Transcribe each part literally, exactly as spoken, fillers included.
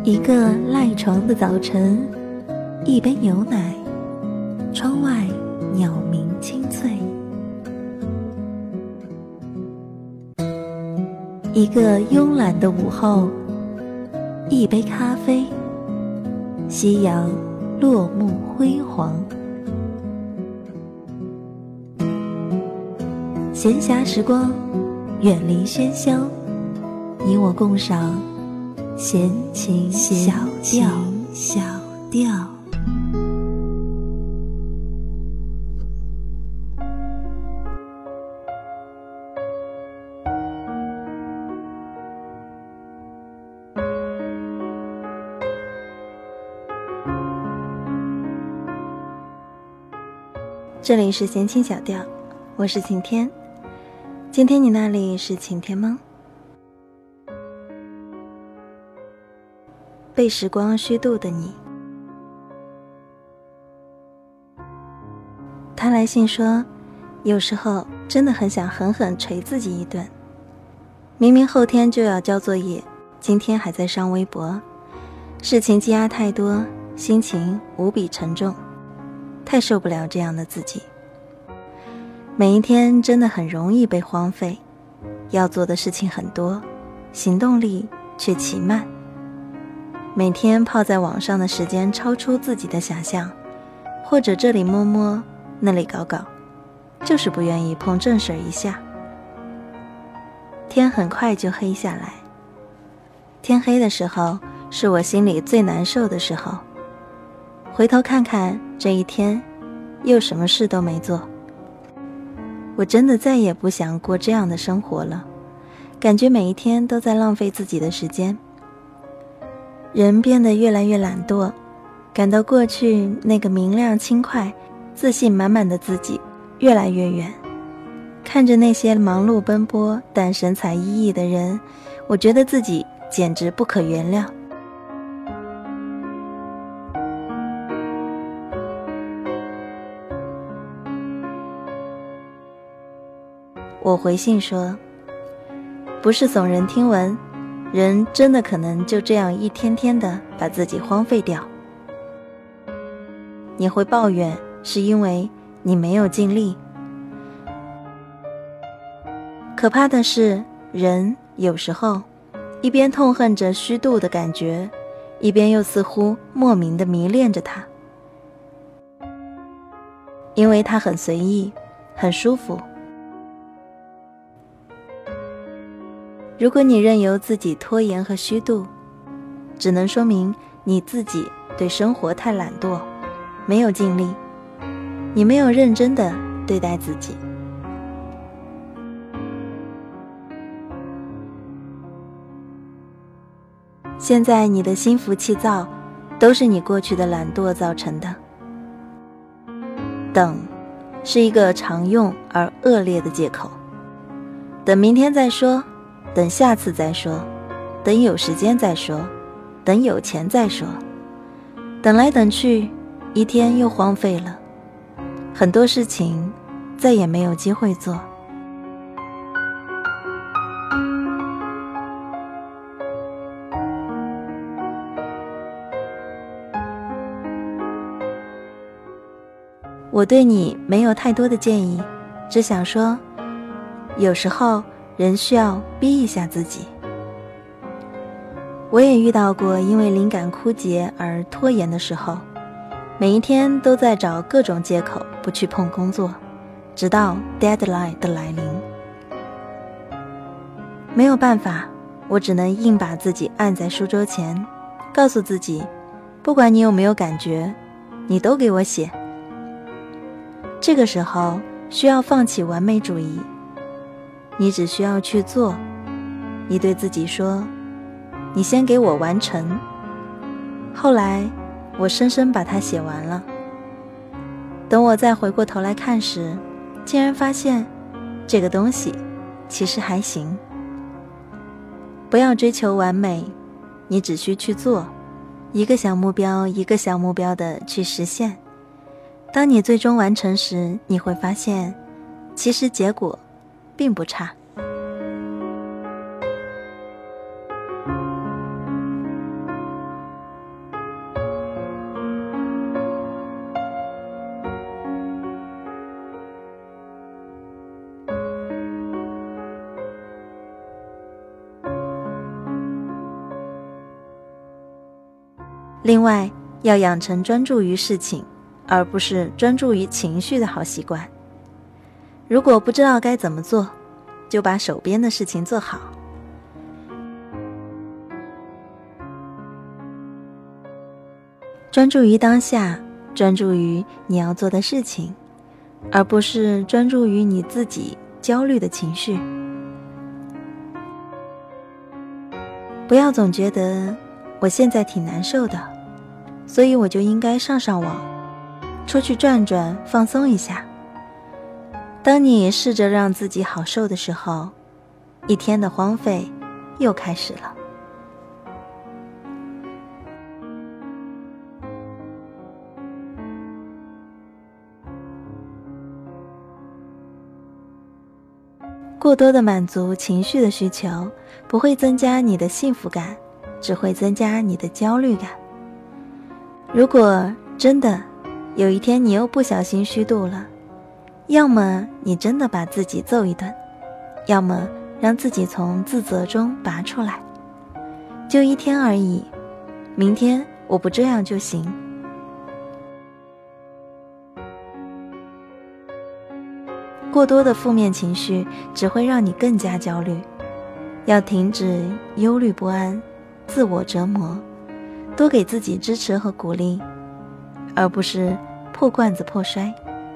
一个赖床的早晨，一杯牛奶，窗外鸟鸣清脆。一个慵懒的午后，一杯咖啡，夕阳落幕辉煌。闲暇时光，远离喧嚣，你我共赏闲情小调小调。这里是闲情小调，我是晴天。今天你那里是晴天吗？被时光虚度的你。他来信说，有时候真的很想狠狠捶自己一顿。明明后天就要交作业，今天还在上微博，事情积压太多，心情无比沉重，太受不了这样的自己。每一天真的很容易被荒废，要做的事情很多，行动力却奇慢。每天泡在网上的时间超出自己的想象，或者这里摸摸，那里搞搞，就是不愿意碰正事儿一下。天很快就黑下来，天黑的时候是我心里最难受的时候。回头看看这一天，又什么事都没做。我真的再也不想过这样的生活了，感觉每一天都在浪费自己的时间。人变得越来越懒惰，感到过去那个明亮轻快、自信满满的自己越来越远。看着那些忙碌奔波但神采奕奕的人，我觉得自己简直不可原谅。我回信说，不是耸人听闻，人真的可能就这样一天天的把自己荒废掉。你会抱怨，是因为你没有尽力。可怕的是，人有时候一边痛恨着虚度的感觉，一边又似乎莫名的迷恋着它，因为它很随意，很舒服。如果你任由自己拖延和虚度，只能说明你自己对生活太懒惰，没有尽力，你没有认真的对待自己。现在你的心浮气躁，都是你过去的懒惰造成的。等，是一个常用而恶劣的借口。等明天再说，等下次再说，等有时间再说，等有钱再说，等来等去，一天又荒废了，很多事情再也没有机会做。我对你没有太多的建议，只想说，有时候人需要逼一下自己。我也遇到过因为灵感枯竭而拖延的时候，每一天都在找各种借口不去碰工作，直到 deadline 的来临。没有办法，我只能硬把自己按在书桌前，告诉自己，不管你有没有感觉，你都给我写。这个时候需要放弃完美主义，你只需要去做。你对自己说，你先给我完成。后来我深深把它写完了。等我再回过头来看时，竟然发现这个东西其实还行。不要追求完美，你只需去做，一个小目标一个小目标的去实现。当你最终完成时，你会发现其实结果并不差。 另外，要养成专注于事情，而不是专注于情绪的好习惯。如果不知道该怎么做，就把手边的事情做好。专注于当下，专注于你要做的事情，而不是专注于你自己焦虑的情绪。不要总觉得我现在挺难受的，所以我就应该上上网，出去转转，放松一下。当你试着让自己好受的时候，一天的荒废又开始了。过多的满足情绪的需求，不会增加你的幸福感，只会增加你的焦虑感。如果真的有一天你又不小心虚度了，要么你真的把自己揍一顿，要么让自己从自责中拔出来。就一天而已，明天我不这样就行。过多的负面情绪只会让你更加焦虑，要停止忧虑不安、自我折磨，多给自己支持和鼓励，而不是破罐子破摔。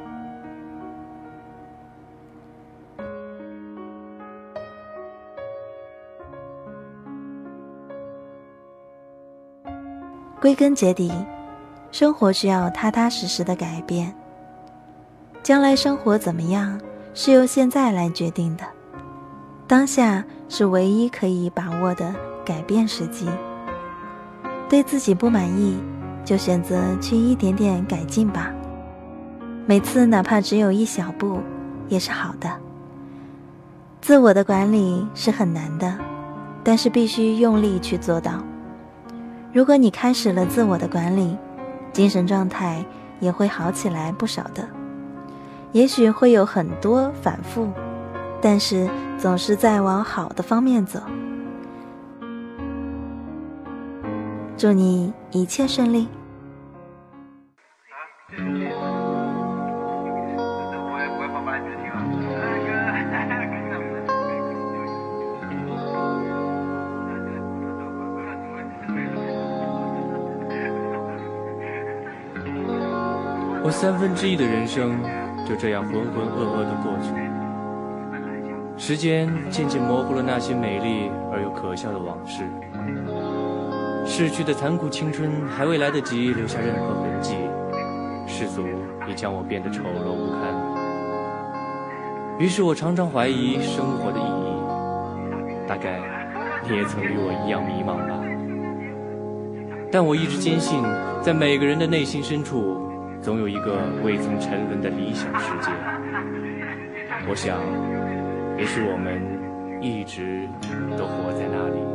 归根结底，生活需要踏踏实实的改变。将来生活怎么样，是由现在来决定的。当下是唯一可以把握的改变时机。对自己不满意，就选择去一点点改进吧。每次哪怕只有一小步，也是好的。自我的管理是很难的，但是必须用力去做到。如果你开始了自我的管理，精神状态也会好起来不少的。也许会有很多反复，但是总是在往好的方面走。祝你一切顺利。 我三分之一的人生就这样浑浑噩噩地过去，时间渐渐模糊了那些美丽而又可笑的往事。逝去的残酷青春还未来得及留下任何痕迹，世俗已将我变得丑陋不堪。于是我常常怀疑生活的意义，大概你也曾与我一样迷茫吧。但我一直坚信，在每个人的内心深处，总有一个未曾沉沦的理想世界。我想，也许我们一直都活在那里。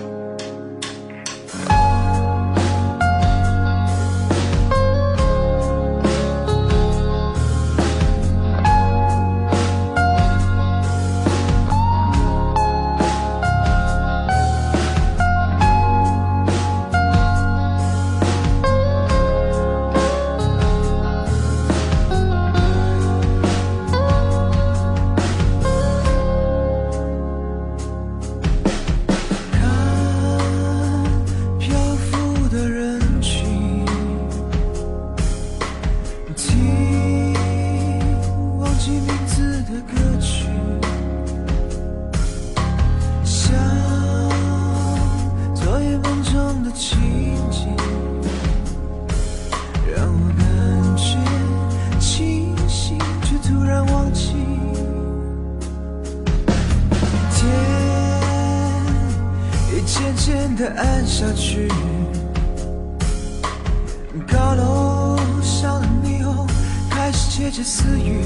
的暗下去，高楼上的霓虹开始窃窃私语，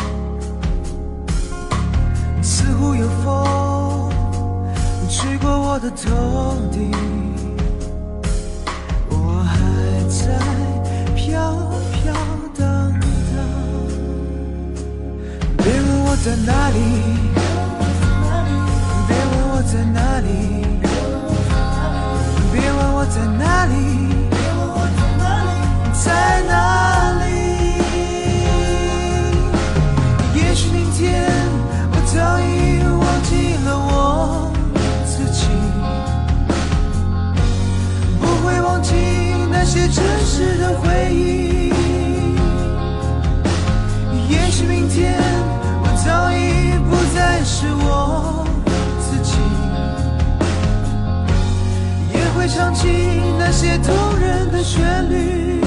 似乎有风吹过我的头顶，我还在飘飘荡荡。别问我在哪里，别问我在哪里，别问我在哪里， 些真实的回忆。也许明天我早已不再是我自己，也会唱起那些动人的旋律。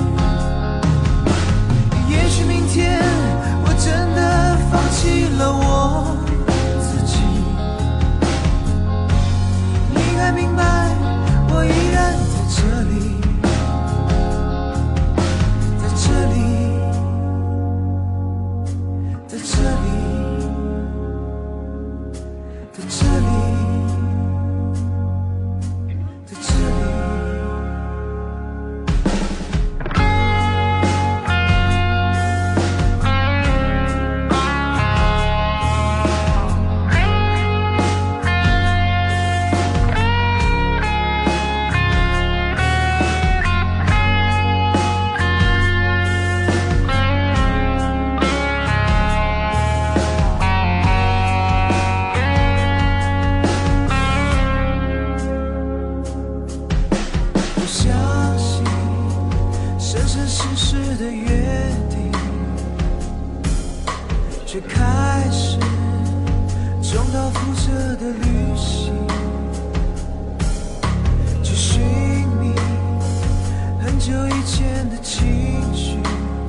也许明天我真的放弃了我自己，你该明白我依然在这里，在这里，在这里，在这里，在这里。却开始重蹈覆辙的旅行，去寻觅很久以前的情绪，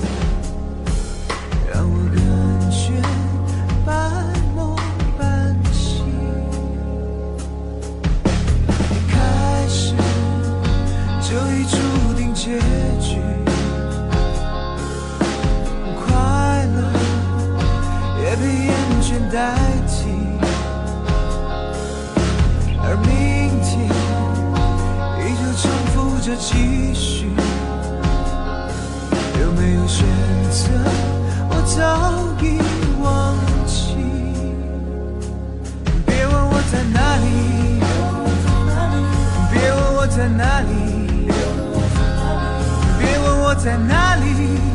让我感觉半梦半醒。一开始就已注定结局，也被厌倦代替，而明天依旧重复着继续。有没有选择，我早已忘记。别问我在哪里，别问我在哪里，别问我在哪里。